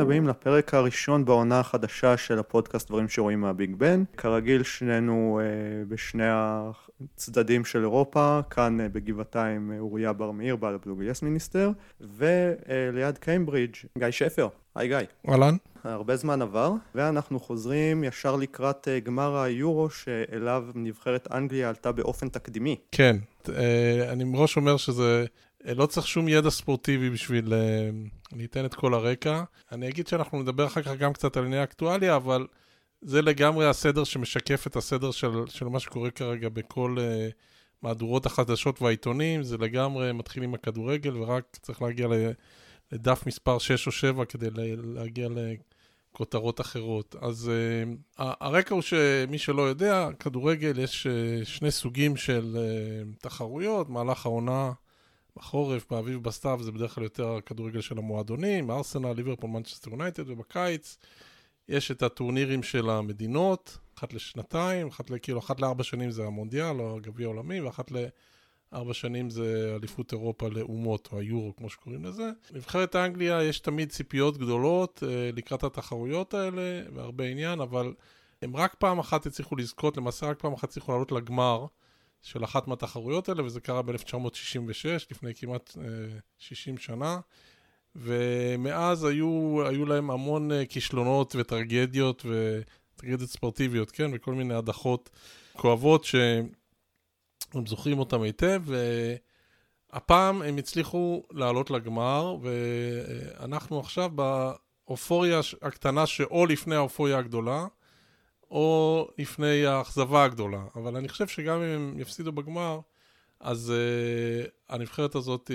הבאים לפרק הראשון בעונה החדשה של הפודקאסט דברים שרואים מהביג בן. כרגיל שנינו בשני הצדדים של אירופה, כאן בגבעתיים אוריה בר מאיר, בעל הבלוג יס מיניסטר, וליד קיימברידג' גיא שפר. היי גיא. אהלן. הרבה זמן עבר, ואנחנו חוזרים ישר לקראת גמר היורו שאליו נבחרת אנגליה עלתה באופן תקדימי. כן, אני מראש אומר שזה לא צריך שום ידע ספורטיבי בשביל אני אתן את כל הרקע. אני אגיד שאנחנו נדבר אחר כך גם קצת על ענייני אקטואליה, אבל זה לגמרי הסדר שמשקף את הסדר של מה שקורה כרגע בכל מהדורות החדשות והעיתונים. זה לגמרי מתחיל עם הכדורגל, ורק צריך להגיע לדף מספר 6 או 7 כדי להגיע לכותרות אחרות. אז הרקע הוא שמי שלא יודע, כדורגל יש שני סוגים של תחרויות, מהלך העונה בחורף, באביב, בסתיו, זה בדרך כלל יותר הכדורגל של המועדונים, ארסנל, ליברפול, מנצ'סטר יונייטד, ובקיץ יש את הטורנירים של המדינות, אחת לשנתיים, אחת ל4 שנים זה המונדיאל או הגביע העולמי, ואחת ל4 שנים זה אליפות אירופה לאומות או היורו כמו שקוראים לזה. נבחרת האנגליה יש תמיד ציפיות גדולות לקראת התחרויות האלה והרבה עניין, אבל הם רק פעם אחת הצליחו לזכות, למעשה רק פעם אחת הצליחו לעלות לגמר של אחת מהתחרויות האלה, וזה קרה ב-1966, לפני כמעט 60 שנה, ומאז היו להם המון כישלונות וטרגדיות, וטרגדיות ספורטיביות, כן, וכל מיני הדחות כואבות שהם זוכרים אותם היטב, והפעם הם הצליחו לעלות לגמר, ואנחנו עכשיו באופוריה הקטנה שאו לפני האופוריה הגדולה, או לפני האכזבה הגדולה. אבל אני חושב שגם אם הם יפסידו בגמר, אז הנבחרת הזאת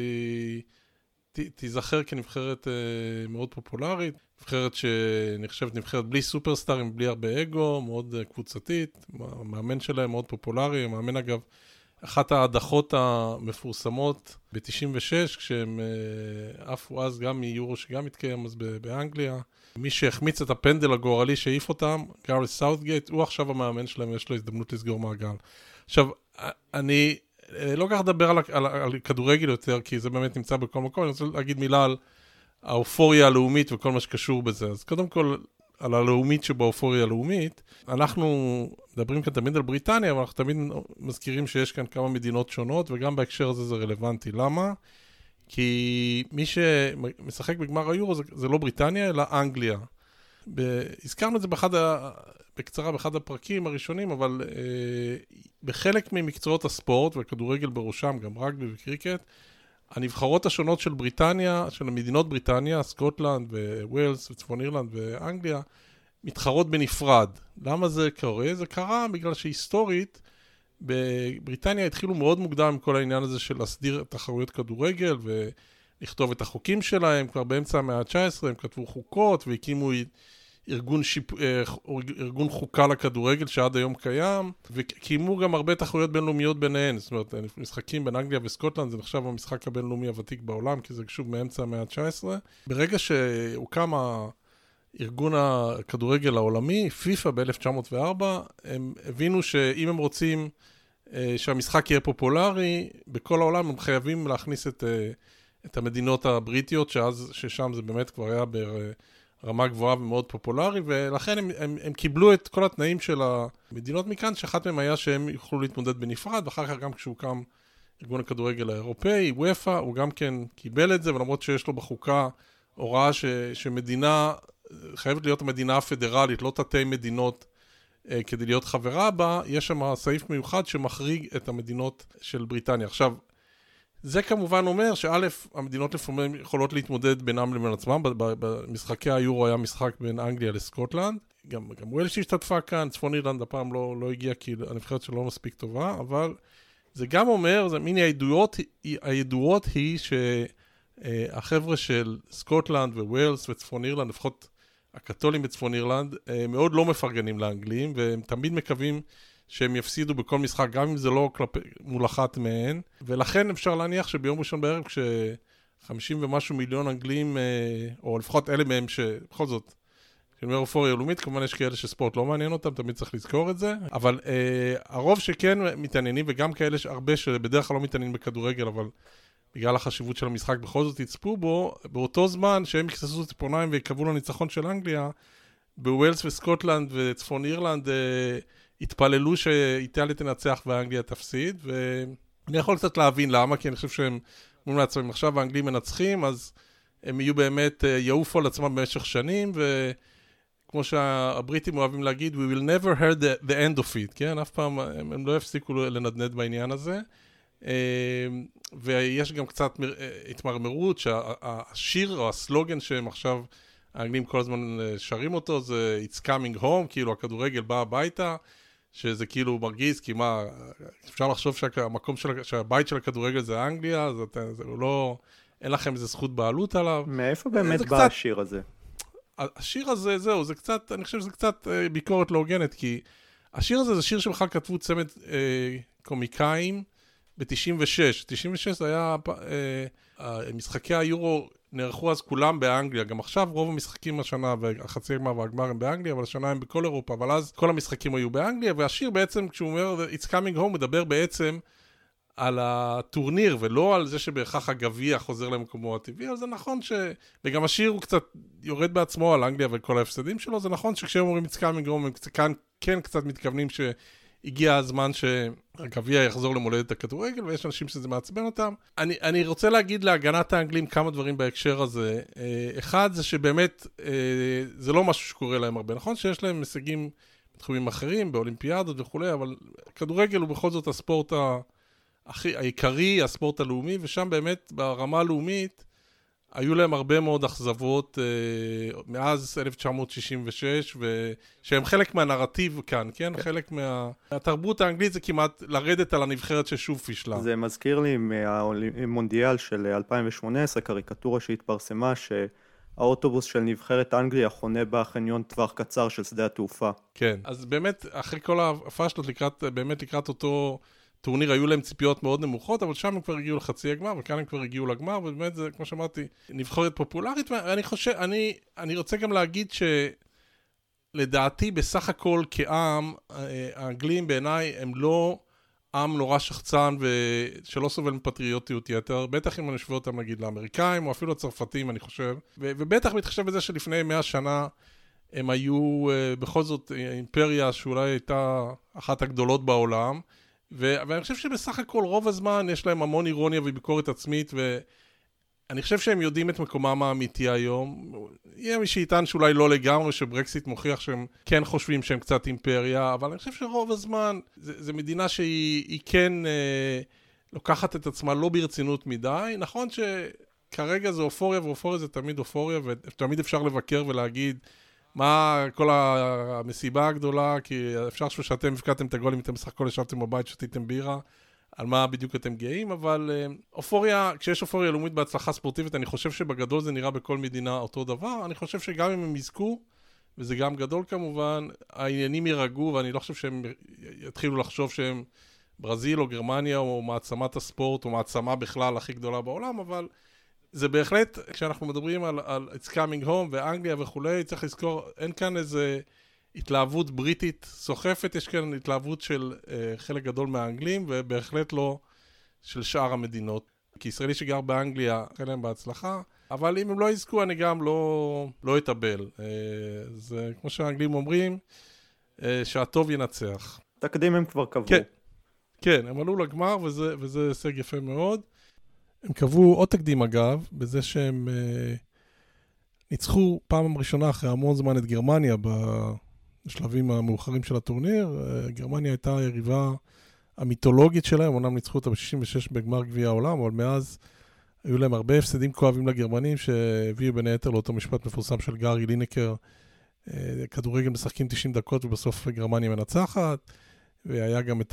תיזכר כנבחרת מאוד פופולרית, נבחרת שנחשבת נבחרת בלי סופרסטארים, בלי הרבה אגו, מאוד קבוצתית, המאמן שלהם מאוד פופולרי, המאמן אגב, אחת ההדחות המפורסמות ב-96, כשהם עפו אז גם מיורו שגם התקיים אז באנגליה, מי שהחמיץ את הפנדל הגורלי שהעיף אותם, גארת' סאות'גייט, הוא עכשיו המאמן שלהם, יש לו הזדמנות לסגור מעגל. עכשיו, אני לא כך אדבר על כדורגל יותר, כי זה באמת נמצא בכל מקום, אני רוצה להגיד מילה על האופוריה הלאומית וכל מה שקשור בזה. אז קודם כל, על הלאומית שבאופוריה הלאומית, אנחנו מדברים כאן תמיד על בריטניה, אבל אנחנו תמיד מזכירים שיש כאן כמה מדינות שונות, וגם בהקשר הזה זה רלוונטי. למה? כי מי שמשחק בגמר היורו זה לא בריטניה, אלא אנגליה. הזכרנו את זה בקצרה באחד הפרקים הראשונים, אבל בחלק ממקצועות הספורט, וכדורגל בראשם, גם רגבי וקריקט, הנבחרות השונות של בריטניה, של מדינות בריטניה, סקוטלנד וווילס וצפון אירלנד ואנגליה, מתחרות בנפרד. למה זה קורה? זה קרה בגלל שהיסטורית, בבריטניה התחילו מאוד מוקדם עם כל העניין הזה של להסדיר תחרויות כדורגל ולכתוב את החוקים שלהם. כבר באמצע המאה ה-19 הם כתבו חוקות והקימו ארגון חוקה לכדורגל שעד היום קיים, וקיימו גם הרבה תחרויות בינלאומיות ביניהן. זאת אומרת, משחקים בין אנגליה וסקוטלנד זה נחשב המשחק הבינלאומי הוותיק בעולם, כי זה שוב מאמצע המאה ה-19. ברגע שהוקם ארגון הכדורגל העולמי, פיפה ב-1904, הם הבינו שאם הם רוצים שהמשחק יהיה פופולרי, בכל העולם הם חייבים להכניס את המדינות הבריטיות, ששם זה באמת כבר היה ברמה גבוהה ומאוד פופולרי, ולכן הם קיבלו את כל התנאים של המדינות מכאן, שאחת מהם היה שהם יוכלו להתמודד בנפרד, ואחר כך גם כשהוקם ארגון הכדורגל האירופאי, וויפה, הוא גם כן קיבל את זה, ולמרות שיש לו בחוקה הוראה שמדינה חייבת להיות המדינה הפדרלית, לא תתי מדינות כדי להיות חברה בה, יש שם סעיף מיוחד שמחריג את המדינות של בריטניה. עכשיו, זה כמובן אומר שא', המדינות לפעמים יכולות להתמודד בינם לבין עצמם, במשחקי היורו היה משחק בין אנגליה לסקוטלנד, גם ווילס שהשתתפה כאן, צפון אירלנד הפעם לא הגיע כי הנבחרת שלו לא מספיק טובה, אבל זה גם אומר, זה מיני הידועות היא שהחבר'ה של סקוטלנד וווילס וצפון אירלנד, לפחות הקתולים בצפון אירלנד, מאוד לא מפרגנים לאנגלים, והם תמיד מקווים שהם יפסידו בכל משחק, גם אם זה לא מול אחת מהן, ולכן אפשר להניח שביום ראשון בערב, כש50 ומשהו מיליון אנגלים, או לפחות אלה מהם שבכל זאת, כשאני אומר אופוריה לאומית, כמובן יש כאלה שספורט לא מעניין אותם, תמיד צריך לזכור את זה, אבל הרוב שכן מתעניינים, וגם כאלה הרבה שבדרך כלל לא מתעניינים בכדורגל, אבל בגלל החשיבות של המשחק בכל זאת יצפו בו, באותו זמן שהם יקססו ציפורניים ויקבלו לניצחון של אנגליה, בווילס וסקוטלנד וצפון אירלנד התפללו שאיטליה תנצח ואנגליה תפסיד, ואני יכול קצת להבין למה, כי אני חושב שהם אומרים לעצמם, עכשיו האנגלים מנצחים, אז הם יהיו באמת, יעופו על עצמם במשך שנים, וכמו שהבריטים אוהבים להגיד, we will never hear the end of it, כן? אף פעם הם לא יפסיקו לנדנד בעניין הזה. ויש גם קצת התמרמרות שהשיר או הסלוגן שהם עכשיו האנגלים כל הזמן שרים אותו זה It's coming home, כאילו הכדורגל בא הביתה, שזה כאילו מרגיז, כי מה, אפשר לחשוב שהמקום שהבית של הכדורגל זה אנגליה, זה לא, אין לכם איזה זכות בעלות עליו. מאיפה באמת בא השיר הזה? השיר הזה, זהו, זה קצת, אני חושב שזה קצת ביקורת לא הוגנת, כי השיר הזה זה שיר שבכלל כתבו צמד קומיקאים, ב-96. 96 זה היה, משחקי היורו נערכו אז כולם באנגליה, גם עכשיו רוב המשחקים השנה, והחצי הגמר והגמר הם באנגליה, אבל השנה הם בכל אירופה, אבל אז כל המשחקים היו באנגליה, והשיר בעצם, כשהוא אומר It's coming home, מדבר בעצם על הטורניר, ולא על זה שבהכרח הגביע חוזר למקומו הטבעי, אבל זה נכון וגם השיר הוא קצת יורד בעצמו על אנגליה וכל ההפסדים שלו, זה נכון שכשהם אומרים It's coming home, הם כן קצת מתכוונים הגיע הזמן שהגביע יחזור למולדת הכדורגל, ויש אנשים שזה מעצבן אותם. אני רוצה להגיד להגנת האנגלים כמה דברים בהקשר הזה. אחד זה שבאמת זה לא משהו שקורה להם הרבה. נכון שיש להם הישגים בתחומים אחרים, באולימפיאדות וכו', אבל כדורגל הוא בכל זאת הספורט העיקרי, הספורט הלאומי, ושם באמת ברמה הלאומית היו להם הרבה מאוד אכזבות מאז 1966, שהם חלק מהנרטיב כאן, כן? חלק מהתרבות האנגלית זה כמעט לרדת על הנבחרת ששוב פישלה. זה מזכיר לי מהמונדיאל של 2018, קריקטורה שהתפרסמה, שהאוטובוס של נבחרת אנגליה חונה בחניון טווח קצר של שדה התעופה. כן, אז באמת, אחרי כל הפשלות לקראת אותו טורניר היו להם ציפיות מאוד נמוכות, אבל שם הם כבר הגיעו לחצי הגמר, וכאן הם כבר הגיעו לגמר, ובאמת זה, כמו שאמרתי, נבחרת פופולרית, ואני חושב, אני רוצה גם להגיד שלדעתי, בסך הכל כעם, האנגלים בעיניי הם לא עם נורא שחצן, ושלא סובל מפטריוטיות יתר, בטח אם אני אשווה אותם נגיד לאמריקאים, או אפילו הצרפתים, אני חושב, ובטח מתחשב בזה שלפני 100 שנה, הם היו בכל זאת אימפריה שאולי הייתה אחת הגדולות בעולם, ואני חושב שבסך הכל רוב הזמן יש להם המון אירוניה וביקורת עצמית, ואני חושב שהם יודעים את מקומם האמיתי היום. יהיה מי שיטען שאולי לא לגמרי, שברקסיט מוכיח שהם כן חושבים שהם קצת אימפריה, אבל אני חושב שרוב הזמן זה מדינה שהיא כן לוקחת את עצמה לא ברצינות מדי. נכון שכרגע זה אופוריה, ואופוריה זה תמיד אופוריה, ותמיד אפשר לבקר ולהגיד מה כל המסיבה הגדולה, כי אפשר שאתם הפקעתם את הגולים, אתם בסך הכל ישבתם בבית, שתיתם בירה, על מה בדיוק אתם גאים, אבל אופוריה, כשיש אופוריה לאומית בהצלחה ספורטיבית, אני חושב שבגדול זה נראה בכל מדינה אותו דבר, אני חושב שגם אם הם יזכו, וזה גם גדול כמובן, העניינים ירגעו, ואני לא חושב שהם יתחילו לחשוב שהם ברזיל או גרמניה, או מעצמת הספורט, או מעצמה בכלל הכי גדולה בעולם, אבל זה בהחלט, כשאנחנו מדברים על It's coming home ואנגליה וכולי, צריך לזכור, אין כאן איזה התלהבות בריטית סוחפת, יש כאן התלהבות של חלק גדול מהאנגלים, ובהחלט לא של שאר המדינות. כי ישראלי שגר באנגליה, חלק להם בהצלחה, אבל אם הם לא יזכו, אני גם לא אתאבל. זה כמו שהאנגלים אומרים, שהטוב ינצח. תקדים הם כבר קבעו. כן, הם עלו לגמר, וזה הישג יפה מאוד. הם קבעו עוד תקדים אגב, בזה שהם ניצחו פעם ראשונה אחרי המון זמן את גרמניה בשלבים המאוחרים של הטורניר. גרמניה הייתה היריבה המיתולוגית שלהם, אומנם ניצחו אותה ב-66 בגמר גביע העולם, אבל מאז היו להם הרבה הפסדים כואבים לגרמנים, שהביאו בין היתר לאותו משפט מפורסם של גארי לינקר, כדורגל משחקים 90 דקות ובסוף גרמניה מנצחת, והיה גם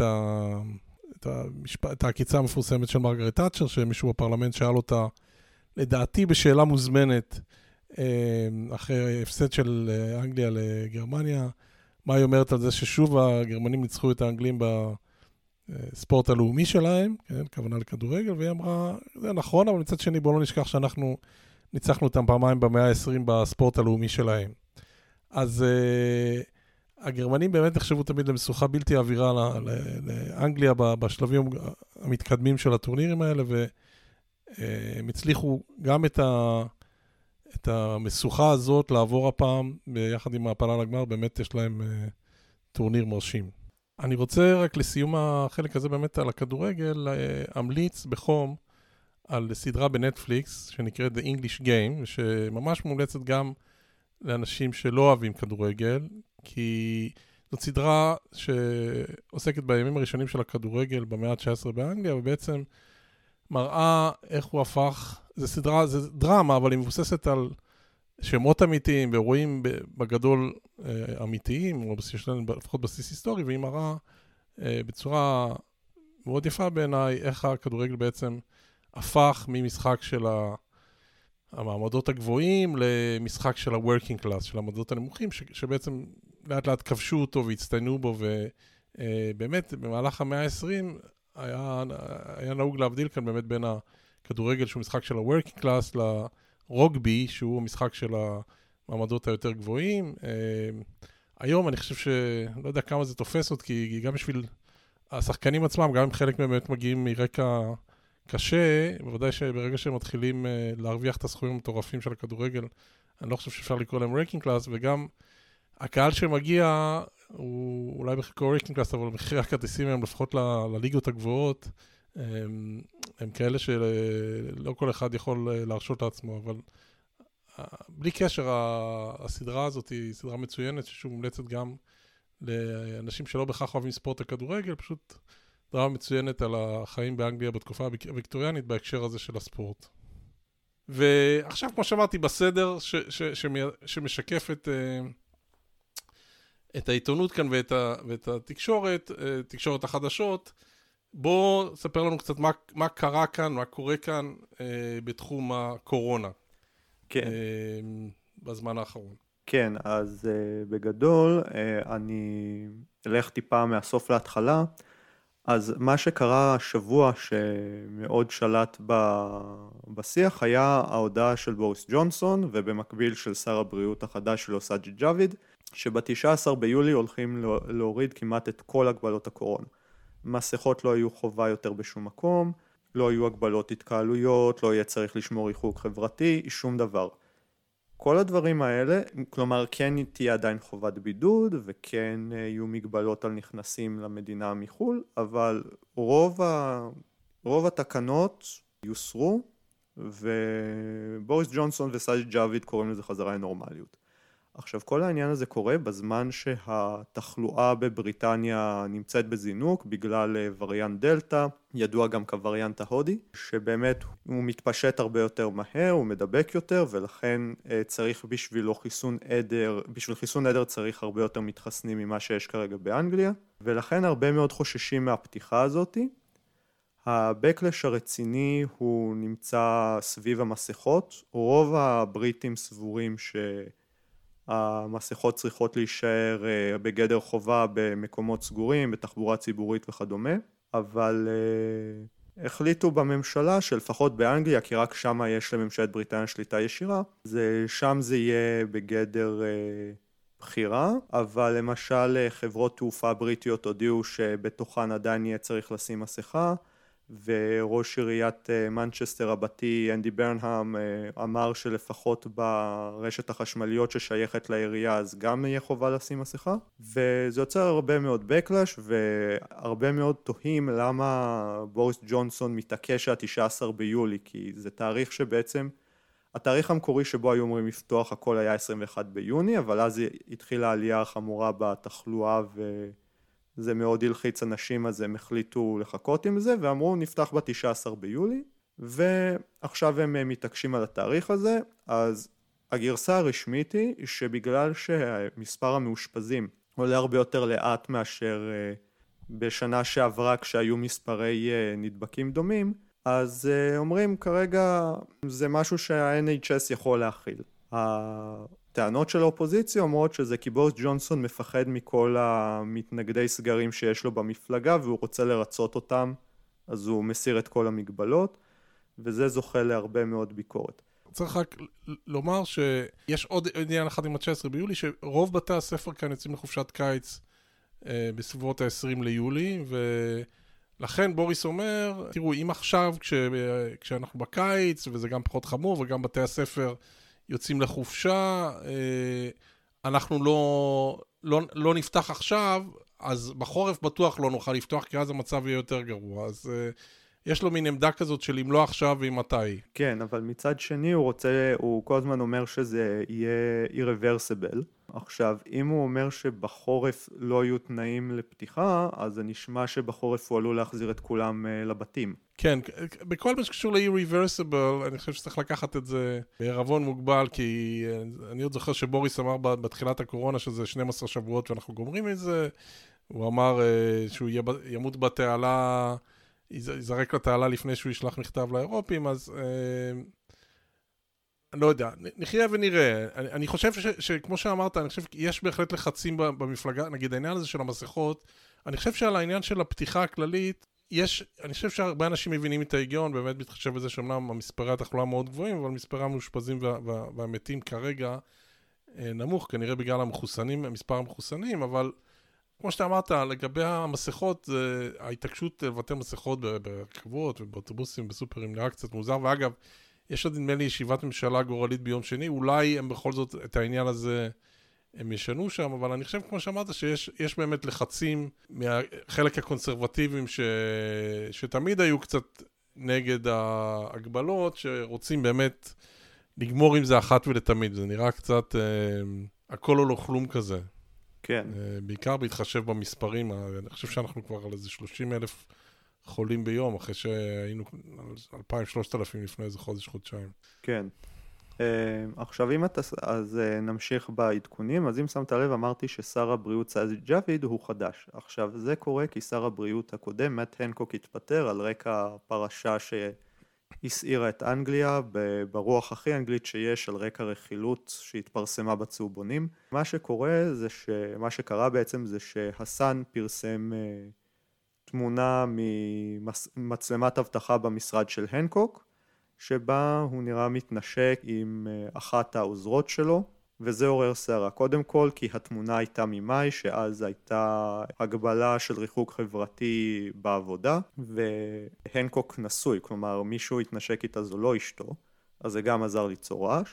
את העקיצה המפורסמת של מרגרט תאצ'ר, שמישהו בפרלמנט שאל אותה, לדעתי בשאלה מוזמנת, אחרי הפסד של אנגליה לגרמניה, מה היא אומרת על זה ששוב הגרמנים ניצחו את האנגלים בספורט הלאומי שלהם, כן, כוונה לכדורגל, והיא אמרה, זה נכון, אבל מצד שני בואו לא נשכח שאנחנו ניצחנו אותם פעמיים במאה ה-20 בספורט הלאומי שלהם. אז הגרמנים באמת נחשבו תמיד למשוכה בלתי עבירה לאנגליה בשלבים המתקדמים של הטורנירים האלה, הם הצליחו גם את המשוכה הזאת לעבור הפעם, ביחד עם ההעפלה לגמר, באמת יש להם טורניר מרשים. אני רוצה רק לסיום החלק הזה באמת על הכדורגל, אמליץ בחום על סדרה בנטפליקס, שנקראת The English Game, שממש מומלצת גם לאנשים שלא אוהבים כדורגל, כי זאת סדרה שעוסקת בימים הראשונים של הכדורגל במאה ה-19 באנגליה, ובעצם מראה איך הוא הפך, זה דרמה, אבל היא מבוססת על שמות אמיתיים, ואירועים בגדול אמיתיים, או לפחות בסיס היסטורי, והיא מראה בצורה מאוד יפה בעיניי, איך הכדורגל בעצם הפך ממשחק של המעמדות הגבוהים למשחק של ה-working class, של המעמדות הנמוכים, שבעצם לאט לאט כבשו אותו והצטיינו בו, ובאמת במהלך המאה ה-20 היה נהוג להבדיל כאן באמת בין הכדורגל שהוא משחק של ה-working class לרוגבי, שהוא המשחק של המעמדות היותר גבוהים. היום אני חושב לא יודע כמה זה תופס עוד, כי גם בשביל השחקנים עצמם, גם אם חלק מהם באמת מגיעים מרקע קשה, בוודאי שברגע שהם מתחילים להרוויח את הסכומים המטורפים של הכדורגל, אני לא חושב שאפשר לקרוא להם working class, וגם הקהל שמגיע הוא אולי בחלקו working class, אבל מחירי הכרטיסים הם לפחות לליגות הגבוהות, הם כאלה שלא כל אחד יכול להרשות לעצמו, אבל בלי קשר, הסדרה הזאת היא סדרה מצוינת, ששוב מומלצת גם לאנשים שלא בכך אוהבים ספורט הכדורגל, פשוט סדרה מצוינת על החיים באנגליה בתקופה הוויקטוריאנית בהקשר הזה של הספורט. ועכשיו, כמו שאמרתי, בסדר שמשקף את העיתונות כאן ואת התקשורת, תקשורת החדשות, בוא ספר לנו קצת מה קרה כאן, מה קורה כאן בתחום הקורונה. כן. בזמן האחרון. כן, אז בגדול אני אלך טיפה מהסוף להתחלה. אז מה שקרה השבוע שמאוד שלט בשיח היה ההודעה של בוריס ג'ונסון ובמקביל של שר הבריאות החדש שלו סאג'יד ג'אוויד, שב-19 ביולי הולכים להוריד כמעט את כל הגבלות הקורונה. מסכות לא יהיו חובה יותר בשום מקום, לא יהיו הגבלות התקהלויות, לא יהיה צריך לשמור ריחוק חברתי, שום דבר. כל הדברים האלה, כלומר כן תהיה עדיין חובת בידוד וכן יהיו מגבלות על נכנסים למדינה מחול, אבל רוב התקנות יוסרו, ובוריס ג'ונסון וסאג'יד ג'אוויד קוראים לזה חזרה לנורמליות. עכשיו כל העניין הזה קורה בזמן שהתחלואה בבריטניה נמצאת בזינוק בגלל וריאנט דלטה, ידוע גם כווריאנט ההודי, שבאמת הוא מתפשט הרבה יותר מהר, הוא מדבק יותר, ולכן צריך בשביל חיסון עדר צריך הרבה יותר מתחסנים ממה שיש כרגע באנגליה, ולכן הרבה מאוד חוששים מהפתיחה הזאת. הבקלש הרציני הוא נמצא סביב המסכות, רוב הבריטים סבורים המסכות צריכות להישאר בגדר חובה במקומות סגורים, בתחבורה ציבורית וכדומה, אבל החליטו בממשלה שלפחות באנגליה, כי רק שם יש לממשלת בריטניה שליטה ישירה, שם זה יהיה בגדר בחירה, אבל למשל חברות תעופה בריטיות הודיעו שבתוכן עדיין יהיה צריך לשים מסכה, וראש עיריית מנצ'סטר רבתי אנדי ברנהאם אמר שלפחות ברשת החשמליות ששייכת לעירייה אז גם יהיה חובה לשים מסכה, וזה יוצר הרבה מאוד בקלאש והרבה מאוד תוהים למה בוריס ג'ונסון מתעקש ה-19 ביולי, כי זה תאריך שבעצם התאריך המקורי שבו היו אומרים לפתוח הכל היה 21 ביוני, אבל אז התחילה העלייה החמורה בתחלואה זה מאוד הלחיץ אנשים, אז הם החליטו לחכות עם זה, ואמרו נפתח ב-19 ביולי, ועכשיו הם מתעקשים על התאריך הזה. אז הגרסה הרשמית היא שבגלל שמספר המאושפזים עולה הרבה יותר לאט מאשר בשנה שעברה כשהיו מספרי נדבקים דומים, אז אומרים כרגע זה משהו שה-NHS יכול להכיל. הטענות של האופוזיציה אומרות שזה כי בוריס ג'ונסון מפחד מכל המתנגדי סגרים שיש לו במפלגה והוא רוצה לרצות אותם, אז הוא מסיר את כל המגבלות, וזה זוכה להרבה מאוד ביקורת. צריך רק לומר שיש עוד עניין אחד עם ה-19 ביולי, שרוב בתי הספר כאן יוצאים לחופשת קיץ בסביבות ה-20 ליולי, לכן בוריס אומר, תראו, אם עכשיו כשאנחנו בקיץ, וזה גם פחות חמור, וגם בתי הספר יוצאים לחופשה, אנחנו לא נפתח עכשיו, אז בחורף בטוח לא נוכל לפתוח, כי אז המצב יהיה יותר גרוע. אז יש לו מין עמדה כזאת של אם לא עכשיו ואם מתי. כן, אבל מצד שני הוא כל הזמן אומר שזה יהיה irreversible. עכשיו, אם הוא אומר שבחורף לא יהיו תנאים לפתיחה, אז זה נשמע שבחורף הוא עלול להחזיר את כולם לבתים. כן, בכל מה שקשור ל-irreversible, אני חושב שצריך לקחת את זה בערבון מוגבל, כי אני עוד זוכר שבוריס אמר בתחילת הקורונה שזה 12 שבועות ואנחנו גומרים את זה. הוא אמר שהוא ימות בתעלה, יזרק לתעלה לפני שהוא ישלח מכתב לאירופים, אז אני לא יודע, נחיה ונראה. אני חושב שכמו שאמרת, אני חושב שיש בהחלט לחצים במפלגה, נגיד העניין הזה של המסכות, אני חושב שעל העניין של הפתיחה הכללית, אני חושב שהרבה אנשים מבינים את ההיגיון, באמת מתחשב בזה שאומנם המספרי התחלואה מאוד גבוהים, אבל מספרי המאושפזים והמתים כרגע נמוך, כנראה בגלל מספר המחוסנים, אבל כמו שאתה אמרת, לגבי המסכות, ההתעקשות לבטל מסכות ברכבות ובאוטובוסים, בסופרים, נראה קצת מוזר, ואגב, יש עוד נדמה לי ישיבת ממשלה גורלית ביום שני, אולי הם בכל זאת את העניין הזה הם ישנו שם, אבל אני חושב כמו שאמרת שיש באמת לחצים מהחלק הקונסרבטיביים שתמיד היו קצת נגד ההגבלות, שרוצים באמת לגמור עם זה אחת ולתמיד, זה נראה קצת הכל או לא כלום כזה. כן. בעיקר בהתחשב במספרים, אני חושב שאנחנו כבר על איזה 30,000 חולים ביום, אחרי שהיינו 2,000-3,000 לפני איזה חודש-חודשיים. כן. עכשיו אז נמשיך בעדכונים. אז אם שמת לב, אמרתי ששר הבריאות סאג'יד ג'אוויד הוא חדש. עכשיו זה קורה כי שר הבריאות הקודם, מאט הנקוק, התפטר על רקע פרשה שהסעירה את אנגליה ברוח הכי אנגלית שיש, על רקע רכילות שהתפרסמה בצהובונים. מה שקרה בעצם זה שהסן פרסם תמונה ממצלמת אבטחה במשרד של הנקוק, שבה הוא נראה מתנשק עם אחת העוזרות שלו, וזה עורר סערה. קודם כל כי התמונה הייתה ממאי, שאז הייתה הגבלה של ריחוק חברתי בעבודה, והנקוק נשוי, כלומר מישהו התנשק איתה זו לא אשתו, אז זה גם עזר ליצור רעש,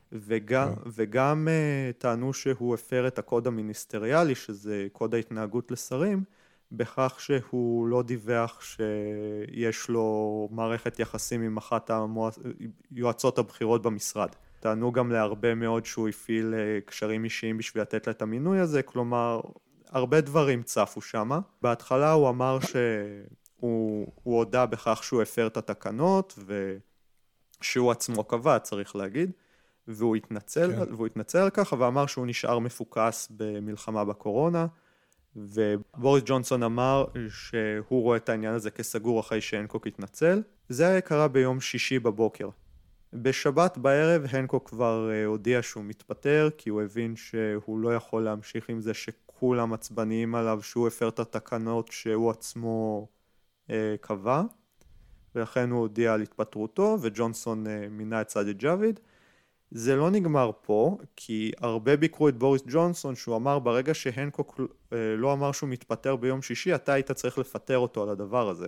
וגם טענו שהוא הפר את הקוד המיניסטריאלי, שזה קוד ההתנהגות לשרים, בכך שהוא לא דיווח שיש לו מערכת יחסים עם אחת היועצות הבכירות במשרד. טענו גם להרבה מאוד שהוא הפעיל קשרים אישיים בשביל לתת לה את המינוי הזה, כלומר, הרבה דברים צפו שמה. בהתחלה הוא אמר שהוא הודע בכך שהוא הפר את התקנות, ושהוא עצמו קבע, צריך להגיד, והוא התנצל על כך, ואמר שהוא נשאר מפוקס במלחמה בקורונה, ובוריס ג'ונסון אמר שהוא רואה את העניין הזה כסגור אחרי שהנקוק התנצל. זה קרה ביום שישי בבוקר. בשבת בערב הנקוק כבר הודיע שהוא מתפטר, כי הוא הבין שהוא לא יכול להמשיך עם זה שכולם עצבניים עליו, שהוא הפר את התקנות שהוא עצמו קבע, ולכן הוא הודיע על התפטרותו, וג'ונסון מינה את סאג'יד ג'אוויד. זה לא נגמר פה, כי הרבה ביקרו את בוריס ג'ונסון, שהוא אמר ברגע שהנקוק לא אמר שהוא מתפטר ביום שישי, אתה היית צריך לפטר אותו על הדבר הזה.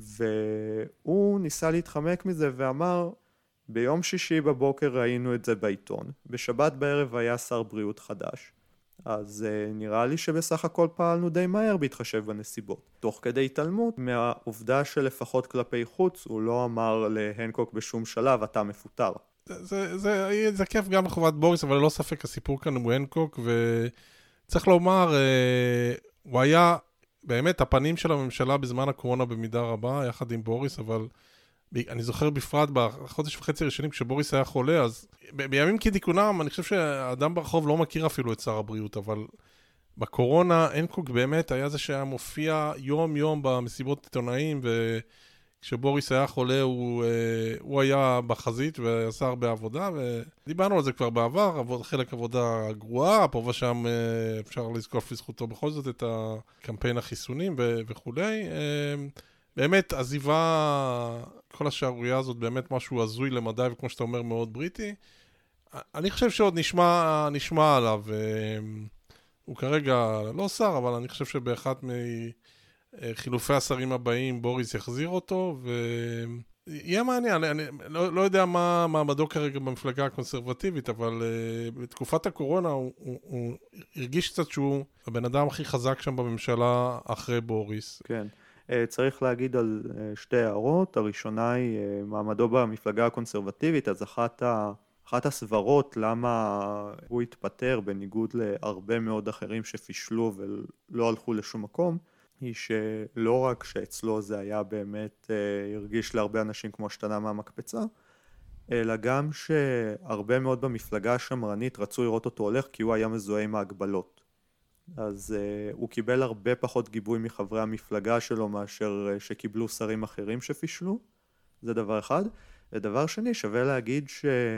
והוא ניסה להתחמק מזה ואמר, ביום שישי בבוקר ראינו את זה בעיתון, בשבת בערב היה שר בריאות חדש. אז נראה לי שבסך הכל פעלנו די מהר בהתחשב בנסיבות. תוך כדי התעלמות מהעובדה שלפחות כלפי חוץ, הוא לא אמר להנקוק בשום שלב, אתה מפוטר. זה כיף גם לחובת בוריס, אבל לא ספק, הסיפור כאן הוא הנקוק, וצריך לומר, הוא היה באמת הפנים של הממשלה בזמן הקורונה במידה רבה, יחד עם בוריס, אבל אני זוכר בפרט בחודש וחצי הראשונים, כשבוריס היה חולה, אז בימים כתיקונם, אני חושב שהאדם ברחוב לא מכיר אפילו את שר הבריאות, אבל בקורונה, הנקוק באמת היה זה שהיה מופיע יום-יום במסיבות עיתונאים, כשבוריס היה חולה, הוא היה בחזית ועשה הרבה עבודה, ודיברנו על זה כבר בעבר, חלק עבודה גרועה, פה ושם אפשר לזקוף לזכותו בכל זאת את הקמפיין החיסונים וכו'. באמת, עזיבה, כל השערורייה הזאת, באמת משהו הזוי למדי, וכמו שאתה אומר, מאוד בריטי. אני חושב שעוד נשמע עליו, הוא כרגע לא שר, אבל אני חושב שבאחת חילופי השרים הבאים, בוריס יחזיר אותו, יהיה מעניין, אני לא יודע מה מעמדו כרגע במפלגה הקונסרבטיבית, אבל בתקופת הקורונה הוא הרגיש קצת שהוא הבן אדם הכי חזק שם בממשלה אחרי בוריס. כן, צריך להגיד על שתי הערות. הראשונה היא מעמדו במפלגה הקונסרבטיבית, אז אחת הסברות למה הוא התפטר בניגוד להרבה מאוד אחרים שפישלו ולא הלכו לשום מקום, היא שלא רק שאצלו זה היה באמת הרגיש להרבה אנשים כמו שתנה מהמקפצה, אלא גם שהרבה מאוד במפלגה השמרנית רצו לראות אותו הולך כי הוא היה מזוהה עם ההגבלות. אז הוא קיבל הרבה פחות גיבוי מחברי המפלגה שלו מאשר שקיבלו שרים אחרים שפישלו. זה דבר אחד. ודבר שני, שווה להגיד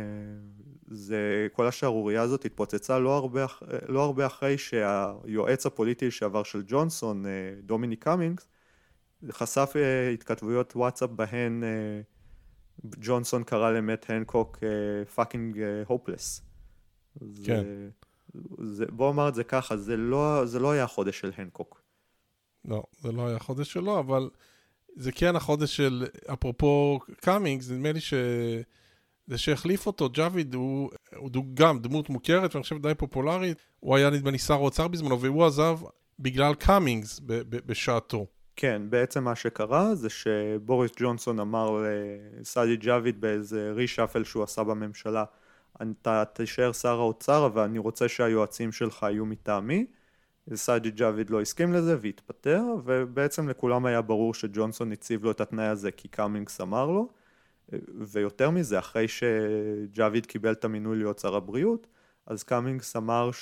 כל השערוריה הזאת התפוצצה לא הרבה אחרי שהיועץ הפוליטי שעבר של ג'ונסון, דומיניק קאמינגס, חשף התכתבויות וואטסאפ בהן ג'ונסון קרא למט הנקוק fucking hopeless. כן. בוא אומר את זה ככה, זה לא היה החודש של הנקוק. לא, זה לא היה החודש שלו, אבל זה כן החודש של, אפרופו קאמינגס, נדמה לי זה שהחליף אותו, ג'אביד, הוא גם דמות מוכרת, ואני חושב די פופולרית, הוא היה נדמה לי שר האוצר בזמנו, והוא עזב בגלל קאמינגס בשעתו. כן, בעצם מה שקרה זה שבוריס ג'ונסון אמר לסאדי ג'אביד באיזה רישאפל שהוא עשה בממשלה, אתה תישאר שר האוצר, אבל אני רוצה שהיועצים שלך יהיו מטעמי. סאדי ג'אביד לא הסכים לזה והתפטר, ובעצם לכולם היה ברור שג'ונסון הציב לו את התנאי הזה כי קאמינגס אמר לו, ויותר מזה, אחרי שג'אביד קיבל את המינוי להיות שר הבריאות, אז קאמינגס אמר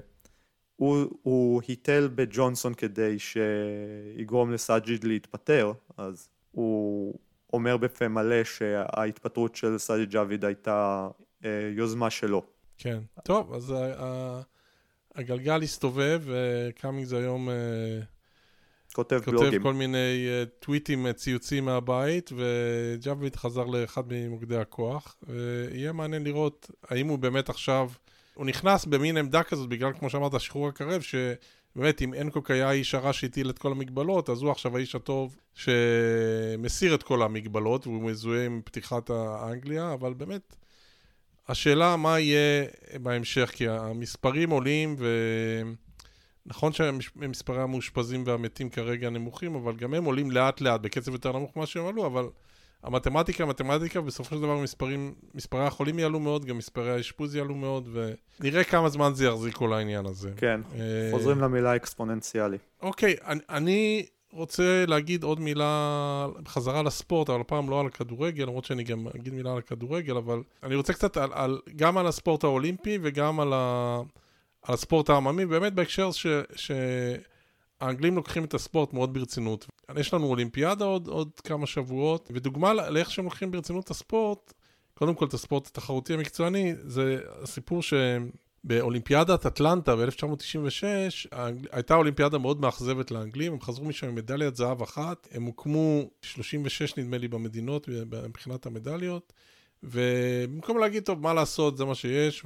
שהוא היטל בג'ונסון כדי שיגרום לסאג'יד להתפטר, אז הוא אומר בפה מלא שההתפטרות של סאדי ג'אביד הייתה יוזמה שלו. כן, טוב, אז הגלגל הסתובב, וקאמינגס היום כותב בלוגים. כל מיני טוויטים, ציוצים מהבית, וג'אביד חזר לאחד ממוקדי הכוח, ויהיה מעניין לראות האם הוא באמת עכשיו, הוא נכנס במין עמדה כזאת, בגלל כמו שאמרת, השחרור הקרב, שבאמת אם הנקוק היה האיש הרע שהטיל את כל המגבלות, אז הוא עכשיו האיש הטוב שמסיר את כל המגבלות, והוא מזוהה עם פתיחת האנגליה, אבל באמת, השאלה מה יהיה בהמשך, כי המספרים עולים, ונכון שמספרי המאושפזים והמתים כרגע נמוכים, אבל גם הם עולים לאט לאט, בקצב יותר נמוך מה שהם עלו, אבל המתמטיקה, בסופו של דבר מספרי החולים יעלו מאוד, גם מספרי האשפוז יעלו מאוד, ונראה כמה זמן זה יחזיק כל העניין הזה. כן, חוזרים למילה אקספוננציאלי. אוקיי, אני רוצה להגיד עוד מילה בחזרה לספורט, אבל הפעם לא על הכדורגל, למרות שאני גם אגיד מילה על הכדורגל, אבל אני רוצה קצת גם על הספורט האולימפי וגם על הספורט העממי, באמת בהקשר שהאנגלים לוקחים את הספורט מאוד ברצינות. יש לנו אולימפיאדה עוד כמה שבועות, ודוגמה לאיך שהם לוקחים ברצינות את הספורט, קודם כל את הספורט התחרותי המקצועני, זה הסיפור באולימפיאדת אטלנטה ב-1996, הייתה אולימפיאדה מאוד מאכזבת לאנגלים, הם חזרו משם עם מדליית זהב אחת, הם הוקמו 36 נדמה לי במדינות, מבחינת המדליות, ובמקום להגיד טוב מה לעשות, זה מה שיש,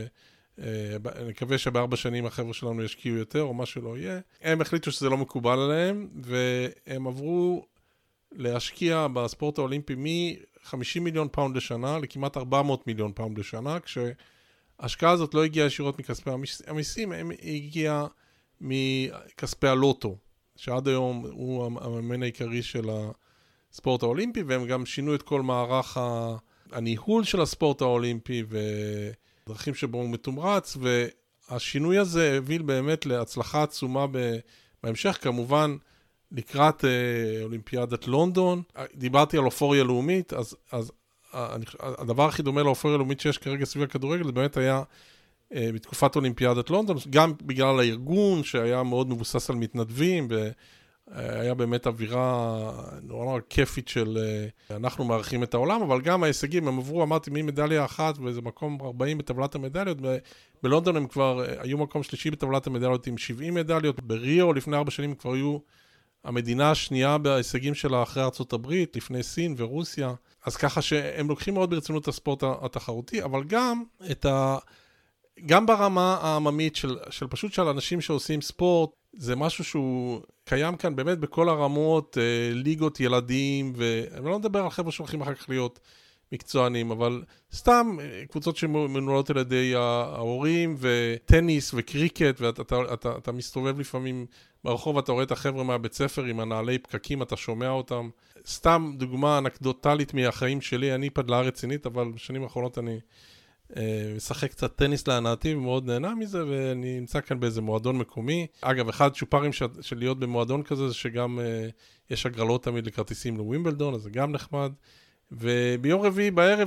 ואני מקווה שב4 שנים החבר'ה שלנו ישקיעו יותר, או מה שלא יהיה, הם החליטו שזה לא מקובל עליהם, והם עברו להשקיע בספורט האולימפי מ-50 מיליון פאונד לשנה, לכמעט 400 מיליון פאונד לשנה, ההשקעה הזאת לא הגיעה ישירות מכספי המיסים, היא הגיעה מכספי הלוטו, שעד היום הוא הממן העיקרי של הספורט האולימפי, והם גם שינו את כל מערך הניהול של הספורט האולימפי, ודרכים שבו הוא מתומרץ, והשינוי הזה הביא באמת להצלחה עצומה בהמשך, כמובן לקראת אולימפיאדת לונדון. דיברתי על אופוריה לאומית, אז הדבר הכי דומה לאופוריה לאומית שיש כרגע סביב הכדורגל, זה באמת היה בתקופת אולימפיאדת לונדון, גם בגלל הארגון שהיה מאוד מבוסס על מתנדבים, והיה באמת אווירה נורא כיפית של אנחנו מערכים את העולם, אבל גם ההישגים, הם עברו, אמרתי, ממדליה אחת, וזה מקום 40 בטבלת המדליות, בלונדון הם כבר היו מקום שלישי בטבלת המדליות עם 70 מדליות, בריו לפני 4 שנים כבר היו המדינה השנייה בהישגים שלה אחרי ארצות הברית, לפני סין ורוסיה, אז ככה שהם לוקחים מאוד ברצינות את הספורט התחרותי, אבל גם גם ברמה העממית של פשוט של אנשים שעושים ספורט, זה משהו שהוא קיים כאן באמת בכל הרמות, ליגות ילדים, ואני לא מדבר על חבר'ה שהולכים אחר כך להיות מקצוענים, אבל סתם קבוצות שמנוהלות על ידי ההורים, וטניס וקריקט, ואתה מסתובב לפעמים ברחוב, אתה רואה את החבר'ה מהבית ספר עם הנעלי פקקים, אתה שומע אותם. סתם דוגמה אנקדוטלית מהחיים שלי, אני פדלאה רצינית, אבל בשנים האחרונות אני משחק קצת טניס להנאתי ומאוד נהנה מזה, ואני נמצא כאן באיזה מועדון מקומי. אגב, אחד צ'ופרים של להיות במועדון כזה, זה שגם יש הגרלות תמיד לכרטיסים לווימבלדון, אז זה גם נחמד. וביום רביעי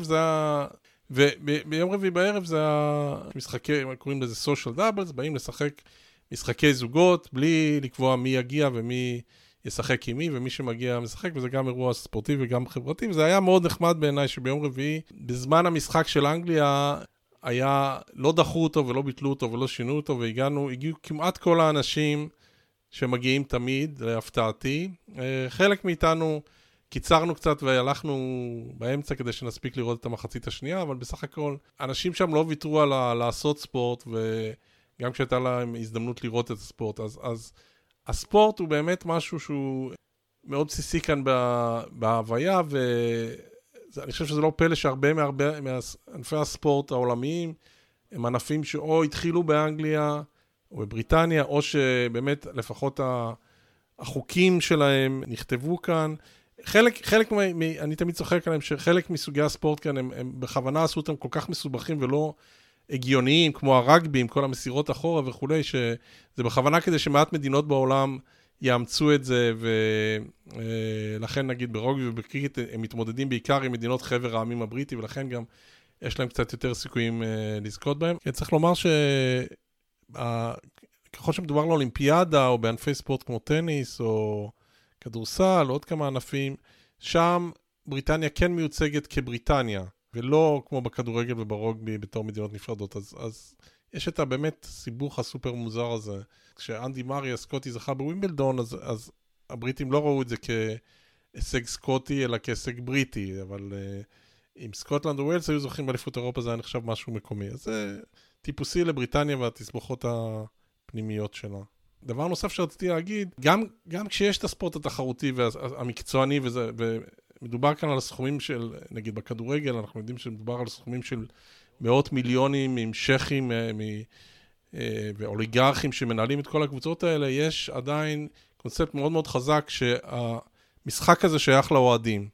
בערב זה המשחקי, קוראים לזה סושיאל דאבלס, באים לשחק משחקי זוגות, בלי לקבוע מי יגיע ומי ישחק עם מי, ומי שמגיע משחק, וזה גם אירוע ספורטיבי וגם חברתי, וזה היה מאוד נחמד בעיניי שביום רביעי, בזמן המשחק של אנגליה, לא דחו אותו ולא ביטלו אותו ולא שינו אותו, הגיעו כמעט כל האנשים שמגיעים תמיד, להפתעתי. חלק מאיתנו קיצרנו קצת והלכנו באמצע כדי שנספיק לראות את המחצית השנייה, אבל בסך הכל, אנשים שם לא ויתרו על לעשות ספורט, וגם כשהייתה להם הזדמנות לראות את הספורט, אז הספורט הוא באמת משהו שהוא מאוד בסיסי כאן בהוויה, ואני חושב שזה לא פלא שהרבה מענפי הספורט העולמיים, הם ענפים שאו התחילו באנגליה, או בבריטניה, או שבאמת לפחות החוקים שלהם נכתבו כאן. אני תמיד צוחק עליהם שחלק מסוגי הספורט כאן, הם בכוונה עשו אותם כל כך מסובכים ולא הגיוניים, כמו הרגבי, עם כל המסירות אחורה וכו', שזה בכוונה כדי שמעט מדינות בעולם יאמצו את זה, ולכן נגיד ברוגבי ובקריקט הם מתמודדים בעיקר עם מדינות חבר העמים הבריטי, ולכן גם יש להם קצת יותר סיכויים לזכות בהם. צריך לומר ככל שמדובר לאולימפיאדה, או בענפי ספורט כמו טניס, או כדורסל, עוד כמה ענפים, שם בריטניה כן מיוצגת כבריטניה, ולא כמו בכדורגל וברוגבי בתור מדינות נפרדות. אז יש את באמת סיבוך הסופר מוזר הזה. כשאנדי מארי הסקוטי זכה בווימבלדון, אז הבריטים לא ראו את זה כהישג סקוטי, אלא כהישג בריטי, אבל אם סקוטלנד וווילס היו זוכים באליפות אירופה, זה היה נחשב משהו מקומי. אז זה טיפוסי לבריטניה והתסבוכות הפנימיות שלה. דבר נוסף שרציתי להגיד, גם כשיש את הספורט התחרותי והמקצועני, ומדובר כאן על הסכומים של, נגיד בכדורגל, אנחנו יודעים שמדובר על סכומים של מאות מיליונים עם שכים ואוליגרכים שמנהלים את כל הקבוצות האלה, יש עדיין קונספט מאוד מאוד חזק שהמשחק הזה שייך לאוהדים,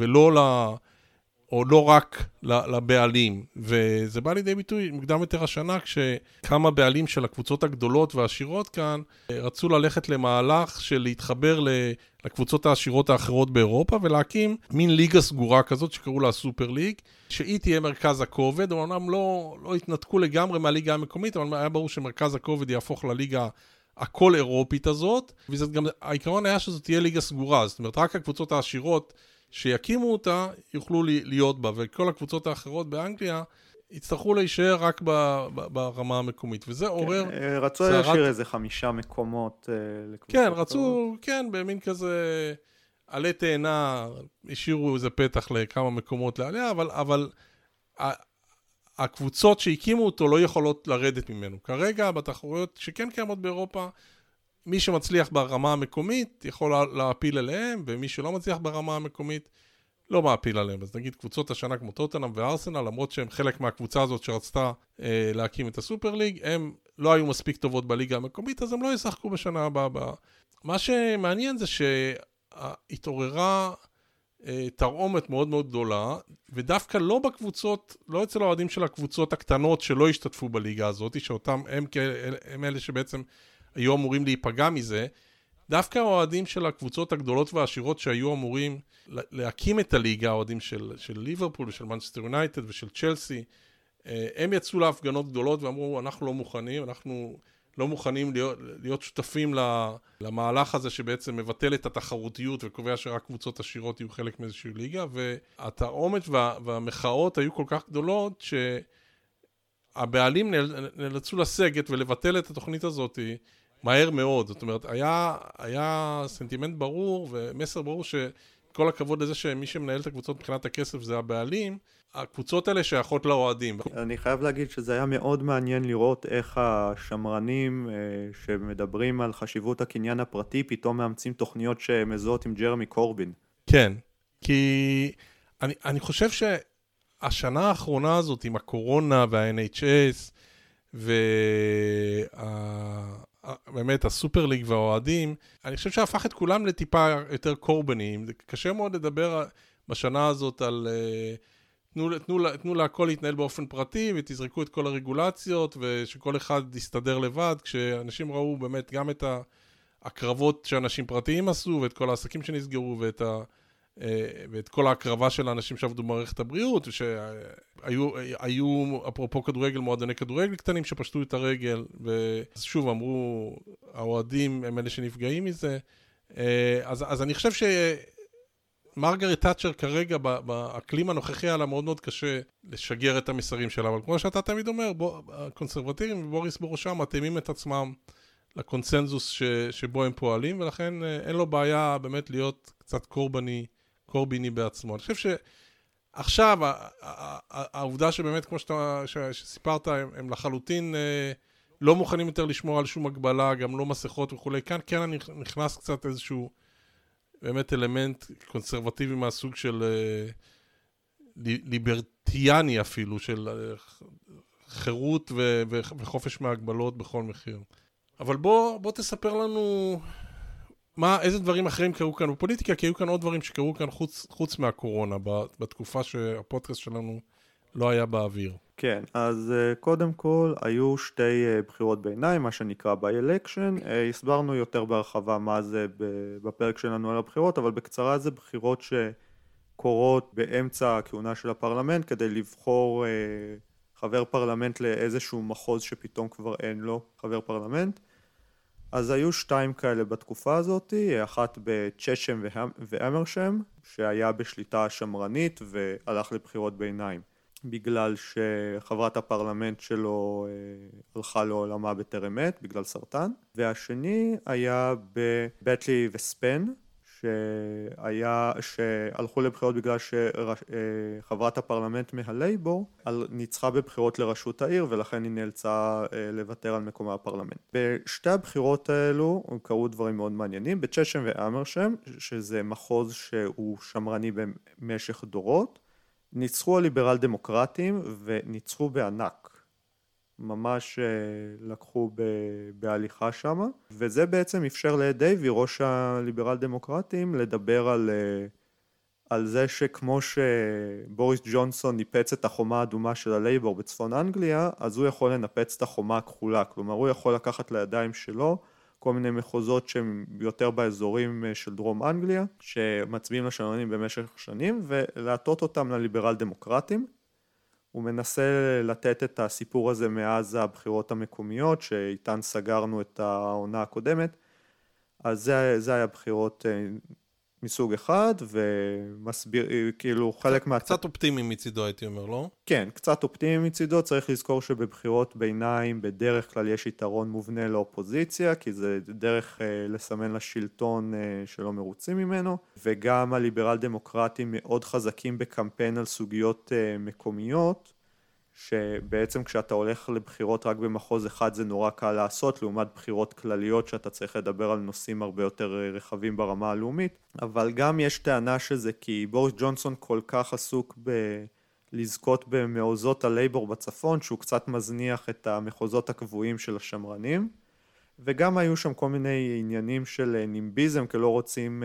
או לא רק לבעלים, וזה בא לידי ביטוי מוקדם יותר השנה, כשכמה בעלים של הקבוצות הגדולות והעשירות כאן, רצו ללכת למהלך של להתחבר לקבוצות העשירות האחרות באירופה, ולהקים מין ליגה סגורה כזאת שקראו לה סופר ליג, שהיא תהיה מרכז הכובד, אומנם לא התנתקו לגמרי מהליגה המקומית, אבל היה ברור שמרכז הכובד יהפוך לליגה הכל אירופית הזאת, וגם העיקרון היה שזאת תהיה ליגה סגורה, זאת אומרת רק הקבוצות העשירות שיקימו אותה, יוכלו להיות בה, וכל הקבוצות האחרות באנגליה יצטרכו להישאר רק ברמה המקומית, וזה עורר... רצו להשאיר איזה 5 מקומות לקבוצות. כן, רצו, במין כזה עלי תאנה, השאירו איזה פתח לכמה מקומות לעליה, אבל הקבוצות שהקימו אותו לא יכולות לרדת ממנו. כרגע, בתחרויות שכן קיימות באירופה, מי שמצליח ברמה המקומית יכול להפיל אליהם, ומי שלא מצליח ברמה המקומית לא מעפיל עליהם. אז נגיד קבוצות השנה כמו טוטנהאם וארסנל, למרות שהם חלק מהקבוצה הזאת שרצתה להקים את הסופר ליג, הם לא היו מספיק טובות בליגה המקומית, אז הם לא ישחקו בשנה הבאה. מה שמעניין זה שהתעוררה תרעומת מאוד מאוד גדולה, ודווקא לא בקבוצות, לא אצל האוהדים של הקבוצות הקטנות שלא השתתפו בליגה הזאת, שאותם הם אלה שבעצם היו אמורים להיפגע מזה, דווקא האוהדים של הקבוצות הגדולות והעשירות שהיו אמורים להקים את הליגה, האוהדים של ליברפול ושל מנצ'סטר יונייטד ושל צ'לסי, הם יצאו להפגנות גדולות ואמרו, אנחנו לא מוכנים להיות שותפים למהלך הזה שבעצם מבטל את התחרותיות וקובע שרק קבוצות עשירות יהיו חלק מאיזושהי ליגה, והתרעומת והמחאות היו כל כך גדולות שהבעלים נאלצו לסגת ולבטל את התוכנית הזאת מהר מאוד. זאת אומרת, היה סנטימנט ברור ומסר ברור כל הכבוד לזה שמי שמנהל את הקבוצות מבחינת הכסף זה הבעלים, הקבוצות האלה שייכות לאוהדים. אני חייב להגיד שזה היה מאוד מעניין לראות איך השמרנים שמדברים על חשיבות הקניין הפרטי פתאום מאמצים תוכניות שמזוהות עם ג'רמי קורבין. כן, כי אני חושב שהשנה האחרונה הזאת עם הקורונה וה-NHS ובאמת הסופר ליג והאוהדים, אני חושב שהפך את כולם לטיפה יותר קורבניים. זה קשה מאוד לדבר בשנה הזאת על תנו להכל להתנהל באופן פרטי ותזרקו את כל הרגולציות ושכל אחד יסתדר לבד, כשאנשים ראו באמת גם את הקרבות שאנשים פרטיים עשו ואת כל העסקים שנסגרו ואת כל ההקרבה של האנשים שעבדו במערכת הבריאות, שהיו אפרופו כדורגל, מועדוני כדורגל קטנים שפשטו את הרגל, ושוב אמרו, האוהדים הם אלה שנפגעים מזה. אז אני חושב מרגרט תאצ'ר כרגע באקלים הנוכחי היה לה מאוד מאוד קשה לשגר את המסרים שלה, אבל כמו שאתה תמיד אומר, הקונסרבטיבים ובוריס בראשם מתאימים את עצמם לקונסנזוס שבו הם פועלים, ולכן אין לו בעיה באמת להיות קצת קורביני בעצמו. אני חושב שעכשיו העובדה שבאמת כמו שסיפרת, הם לחלוטין לא מוכנים יותר לשמור על שום הגבלה, גם לא מסכות וכולי. כן אני נכנס קצת איזשהו באמת אלמנט קונסרבטיבי מהסוג של ליברטיאני אפילו, של חירות וחופש מהגבלות בכל מחיר. אבל בוא תספר לנו איזה דברים אחרים קרו כאן בפוליטיקה, כי היו כאן עוד דברים שקרו כאן חוץ מהקורונה, בתקופה שהפודקאסט שלנו לא היה באוויר. כן, אז קודם כל היו שתי בחירות ביניים, מה שנקרא by-election. הסברנו יותר בהרחבה מה זה בפרק שלנו על הבחירות, אבל בקצרה זה בחירות שקורות באמצע הכהונה של הפרלמנט, כדי לבחור חבר פרלמנט לאיזשהו מחוז שפתאום כבר אין לו חבר פרלמנט. אז היו שתיים כאלה בתקופה הזאת, אחת בצ'צ'ם ואמרשם, שהיה בשליטה שמרנית והלך לבחירות ביניים. בגלל שחברת הפרלמנט שלו הלכה לעולמה בטרם עת, בגלל סרטן. והשני היה בבטלי וספן, שהלכו לבחירות בגלל שחברת הפרלמנט מהלייבור ניצחה בבחירות לראשות העיר, ולכן היא נאלצה לוותר על מקומה הפרלמנט. בשתי הבחירות האלו קרו דברים מאוד מעניינים. בצ'צ'ם ואמרשם, שזה מחוז שהוא שמרני במשך דורות, ניצחו הליברל דמוקרטים וניצחו בענק. ממש לקחו בהליכה שמה, וזה בעצם אפשר לדייבי, ראש הליברל דמוקרטים, לדבר על זה שכמו שבוריס ג'ונסון ניפץ את החומה האדומה של הלייבור בצפון אנגליה, אז הוא יכול לנפץ את החומה הכחולה, כלומר הוא יכול לקחת לידיים שלו כל מיני מחוזות שהם יותר באזורים של דרום אנגליה, שמצביעים לשמרנים במשך שנים, ולהטות אותם לליברל דמוקרטים. הוא מנסה לתת את הסיפור הזה מאז הבחירות המקומיות, שאיתן סגרנו את העונה הקודמת. אז זה היה בחירות מסוג אחד, ומסביר, כאילו חלק קצת אופטימי מצידו הייתי אומר, לא? כן, קצת אופטימי מצידו. צריך לזכור שבבחירות ביניים בדרך כלל יש יתרון מובנה לאופוזיציה, כי זה דרך לסמן לשלטון שלא מרוצים ממנו, וגם הליברל דמוקרטים מאוד חזקים בקמפיין על סוגיות מקומיות, שבעצם כשאתה הולך לבחירות רק במחוז אחד זה נורא קל לעשות, לעומת בחירות כלליות שאתה צריך לדבר על נושאים הרבה יותר רחבים ברמה הלאומית. אבל גם יש טענה שזה כי בוריס ג'ונסון כל כך עסוק לזכות במעוזות הלייבור בצפון, שהוא קצת מזניח את המחוזות הקבועים של השמרנים, וגם היו שם כל מיני עניינים של נימביזם, כי לא רוצים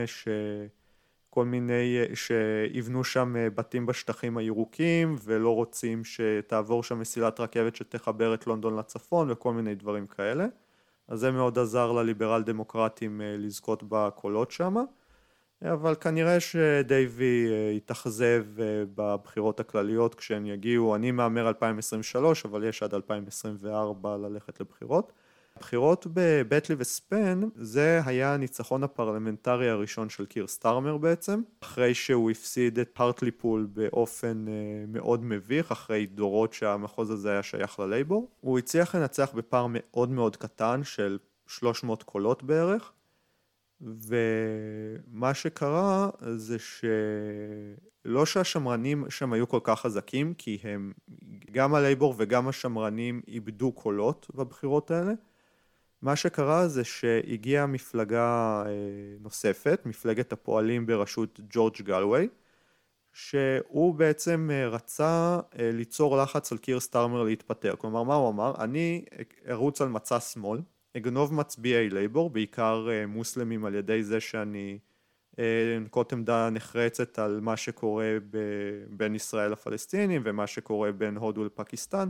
כל מיני שיבנו שם בתים בשטחים הירוקים, ולא רוצים שתעבור שם מסילת רכבת שתחבר את לונדון לצפון, וכל מיני דברים כאלה. אז זה מאוד עזר לליברל דמוקרטים לזכות בקולות שם. אבל כנראה שדייבי יתאכזב בבחירות הכלליות כשהם יגיעו. אני מאמר 2023, אבל יש עד 2024 ללכת לבחירות. הבחירות בבטלי וספן, זה היה הניצחון הפרלמנטרי הראשון של קיר סטארמר בעצם, אחרי שהוא הפסיד את הרטליפול באופן מאוד מביך, אחרי דורות שהמחוז הזה היה שייך ללייבור. הוא הצליח לנצח בפער מאוד מאוד קטן של 300 קולות בערך, ומה שקרה זה שלא שהשמרנים שם היו כל כך חזקים, כי הם, גם הלייבור וגם השמרנים איבדו קולות בבחירות האלה. מה שקרה זה שהגיעה מפלגה נוספת, מפלגת הפועלים בראשות ג'ורג' גלווי, שהוא בעצם רצה ליצור לחץ על קיר סטארמר להתפטר. כלומר, מה הוא אמר? אני ארוץ על מצע שמאל, אגנוב מצביעי לייבור, בעיקר מוסלמים, על ידי זה שאני אנקוט עמדה נחרצת על מה שקורה בין ישראל לפלסטינים ומה שקורה בין הודו לפקיסטן.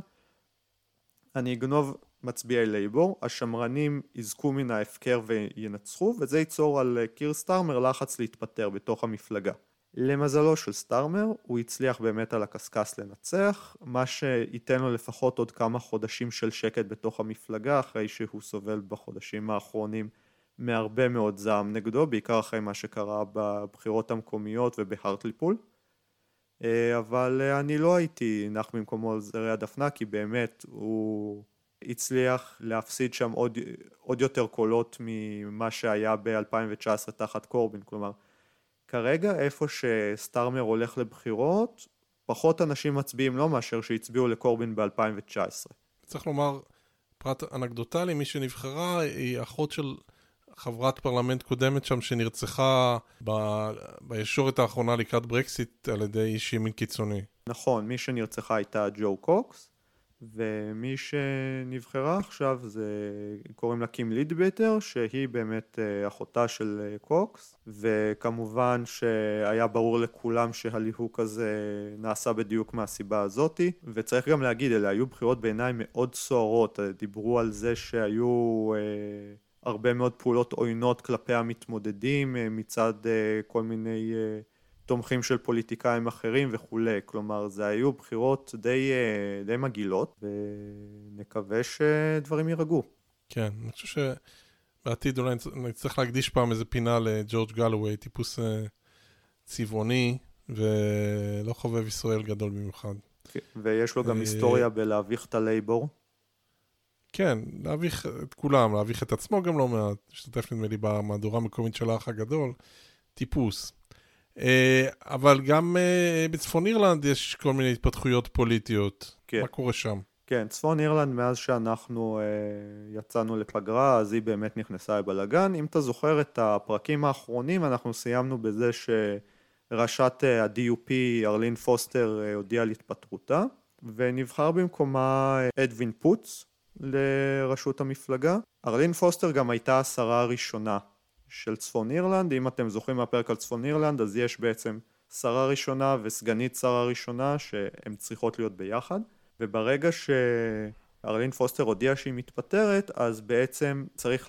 אני אגנוב מצביעי לייבור, השמרנים יזכו מן ההפקר וינצחו, וזה ייצור על קיר סטארמר לחץ להתפטר בתוך המפלגה. למזלו של סטארמר, הוא הצליח באמת על הקסקס לנצח, מה שייתן לו לפחות עוד כמה חודשים של שקט בתוך המפלגה, אחרי שהוא סובל בחודשים האחרונים מהרבה מאוד זעם נגדו, בעיקר אחרי מה שקרה בבחירות המקומיות ובהרטליפול. אבל אני לא הייתי נח במקומו על זרי הדפנה, כי באמת הוא הצליח להפסיד שם עוד יותר קולות ממה שהיה ב-2019 תחת קורבין. כלומר, כרגע איפה שסטארמר הולך לבחירות, פחות אנשים מצביעים לו מאשר שהצביעו לקורבין ב-2019. צריך לומר, פרט אנקדוטלי, מי שנבחרה היא אחות של חברת פרלמנט קודמת שם שנרצחה בישורת האחרונה לקראת ברקסיט על ידי איש ימין קיצוני. נכון, מי שנרצחה הייתה ג'ו קוקס, ומי שנבחרה עכשיו זה קוראים לה קים לידביטר, שהיא באמת אחותה של קוקס, וכמובן שהיה ברור לכולם שהליהוק הזה נעשה בדיוק מהסיבה הזאתי, וצריך גם להגיד, אלה היו בחירות בעיניי מאוד סוערות, דיברו על זה שהיו הרבה מאוד פעולות עוינות כלפי המתמודדים מצד כל מיני תומכים של פוליטיקאים אחרים וכולי. כלומר, זה היו בחירות די מגעילות, ונקווה שדברים יירגעו. כן, אני חושב שבעתיד אולי נצטרך להקדיש פעם איזה פינה לג'ורג' גלווי, טיפוס צבעוני ולא חובב ישראל גדול במיוחד. ויש לו גם היסטוריה בלהביך את הלייבור. כן, להביך את כולם, להביך את עצמו גם לא מעט, השתתף נדמה לי במהדורה המקומית של האח הגדול, טיפוס. אבל גם בצפון אירלנד יש כל מיני התפתחויות פוליטיות. כן. מה קורה שם? כן, צפון אירלנד מאז שאנחנו יצאנו לפגרה, אז היא באמת נכנסה לבלגן. אם אתה זוכר את הפרקים האחרונים, אנחנו סיימנו בזה שראשת ה-DUP, ארלין פוסטר, הודיעה על התפטרותה, ונבחר במקומה אדווין פוץ לראשות המפלגה. ארלין פוסטר גם הייתה השרה הראשונה של צפון אירלנד. אם אתם זוכרים מהפרק על צפון אירלנד, אז יש בעצם שרה ראשונה וסגנית שרה ראשונה שהן צריכות להיות ביחד, וברגע שארלין פוסטר הודיעה שהיא מתפטרת, אז בעצם צריך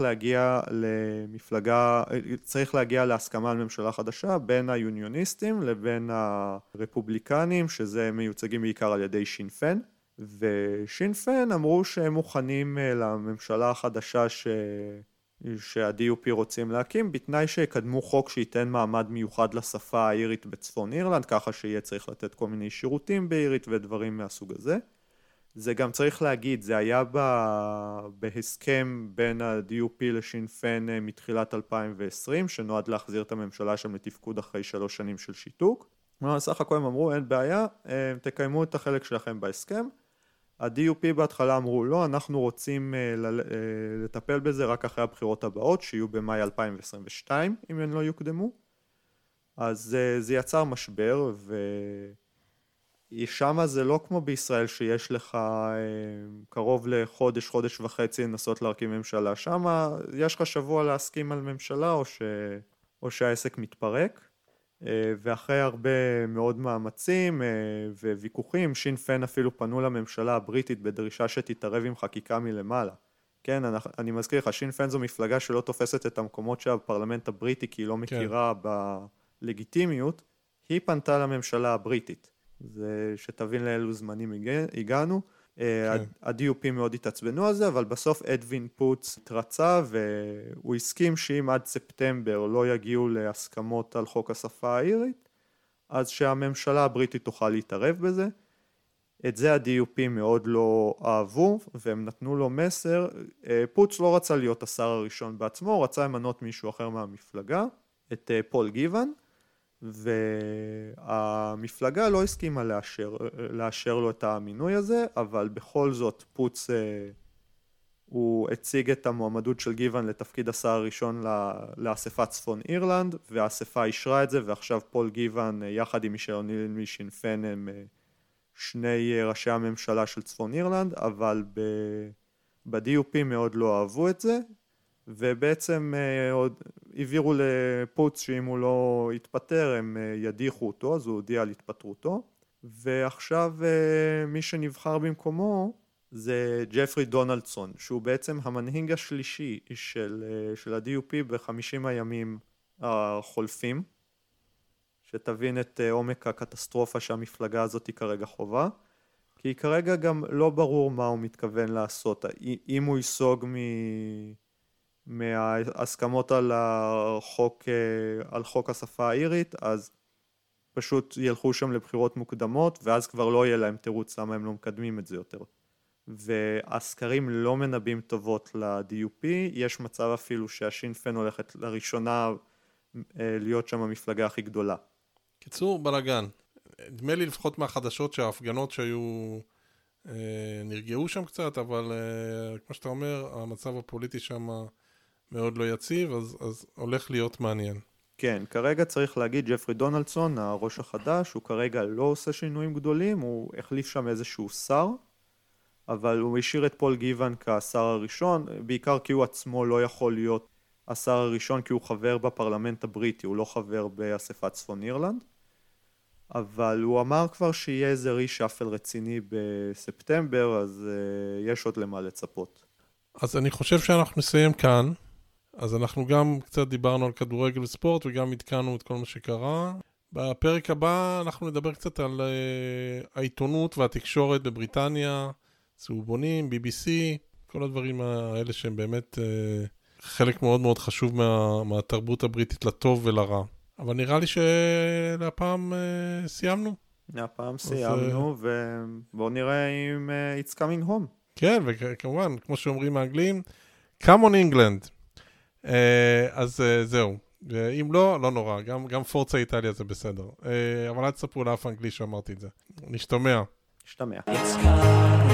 להגיע להסכמה על ממשלה חדשה בין היוניוניסטים לבין הרפובליקנים, שזה מיוצגים בעיקר על ידי שין פן, ושין פן אמרו שהם מוכנים לממשלה החדשה שה-DUP רוצים להקים, בתנאי שיקדמו חוק שייתן מעמד מיוחד לשפה האירית בצפון אירלנד, ככה שיהיה צריך לתת כל מיני שירותים באירית ודברים מהסוג הזה. זה גם צריך להגיד, זה היה בהסכם בין ה-DUP לשין פן מתחילת 2020, שנועד להחזיר את הממשלה שם לתפקוד אחרי 3 שנים של שיתוק. סך הכל הם אמרו, אין בעיה, תקיימו את החלק שלכם בהסכם. ה-DUP בהתחלה אמרו, לא, אנחנו רוצים לטפל בזה רק אחרי הבחירות הבאות, שיהיו במאי 2022, אם הן לא יוקדמו. אז זה יצר משבר, ושם זה לא כמו בישראל, שיש לך קרוב לחודש, חודש וחצי לנסות להרכיב ממשלה. שם יש לך שבוע להסכים על ממשלה, או שהעסק מתפרק. ואחרי הרבה מאוד מאמצים וויכוחים, שין פן אפילו פנו לממשלה הבריטית בדרישה שתתערב עם חקיקה מלמעלה. כן, אני מזכיר לך, שין פן זו מפלגה שלא תופסת את המקומות שהפרלמנט הבריטי, כי היא לא מכירה בלגיטימיות, היא פנתה לממשלה הבריטית. זה שתבין לאילו זמנים הגענו. ה-DUP מאוד התעצבנו על זה, אבל בסוף אדווין פוץ התרצה, והוא הסכים שאם עד ספטמבר לא יגיעו להסכמות על חוק השפה האירית, אז שהממשלה הבריטית תוכל להתערב בזה. את זה ה-DUP מאוד לא אהבו, והם נתנו לו מסר. פוץ לא רצה להיות השר הראשון בעצמו, הוא רצה למנות מישהו אחר מהמפלגה, את פול גיוון, והמפלגה לא הסכימה לאשר לו את המינוי הזה, אבל בכל זאת פוץ הוא הציג את המועמדות של גיוון לתפקיד השר הראשון לאספת צפון אירלנד, והאספה אישרה את זה, ועכשיו פול גיוון יחד עם מישל אוניל משין פיין הם שני ראשי הממשלה של צפון אירלנד, אבל ב-DUP מאוד לא אהבו את זה, ובעצם עוד העבירו לפוץ שאם הוא לא יתפטר הם ידיחו אותו, אז הוא הודיע על התפטרותו, ועכשיו מי שנבחר במקומו זה ג'פרי דונלדסון, שהוא בעצם המנהיג השלישי של ה-DUP ב-50 הימים החולפים, שתבין את עומק הקטסטרופה שהמפלגה הזאת היא כרגע חובה, כי כרגע גם לא ברור מה הוא מתכוון לעשות, אם הוא ייסוג מההסכמות על חוק השפה האירית, אז פשוט ילכו שם לבחירות מוקדמות, ואז כבר לא יהיה להם תירוץ למה הם לא מקדמים את זה יותר. והסקרים לא מנבאים טובות ל-DUP, יש מצב אפילו שהשין פיין הולכת לראשונה להיות שם המפלגה הכי גדולה. קיצור, בלגן. נדמה לי לפחות מהחדשות שההפגנות שהיו נרגעו שם קצת, אבל כמו שאתה אומר, המצב הפוליטי שם מאוד לא יציב, אז הולך להיות מעניין. כן, כרגע צריך להגיד ג'פרי דונלדסון, הראש החדש, הוא כרגע לא עושה שינויים גדולים, הוא החליף שם איזשהו שר, אבל הוא השאיר את פול גיוון כשר הראשון, בעיקר כי הוא עצמו לא יכול להיות השר הראשון, כי הוא חבר בפרלמנט הבריטי, הוא לא חבר באספת צפון אירלנד, אבל הוא אמר כבר שיהיה איזה רישאפל רציני בספטמבר, אז יש עוד למה לצפות. אז אני חושב שאנחנו נסיים כאן, אז אנחנו גם קצת דיברנו על כדורגל וספורט, וגם התקנו את כל מה שקרה. בפרק הבא אנחנו נדבר קצת על העיתונות והתקשורת בבריטניה, צהובונים, BBC, כל הדברים האלה שהם באמת חלק מאוד מאוד חשוב מהתרבות הבריטית לטוב ולרע. אבל נראה לי שלהפעם סיימנו. להפעם סיימנו, ובואו נראה אם it's coming home. כן, וכמובן, כמו שאומרים האנגלים, come on England. אז זהו. אם לא, לא נורא. גם פורצה איטליה זה בסדר. אבל אל תספרו לאף אנגלי שאמרתי את זה. נשתמע. נשתמע.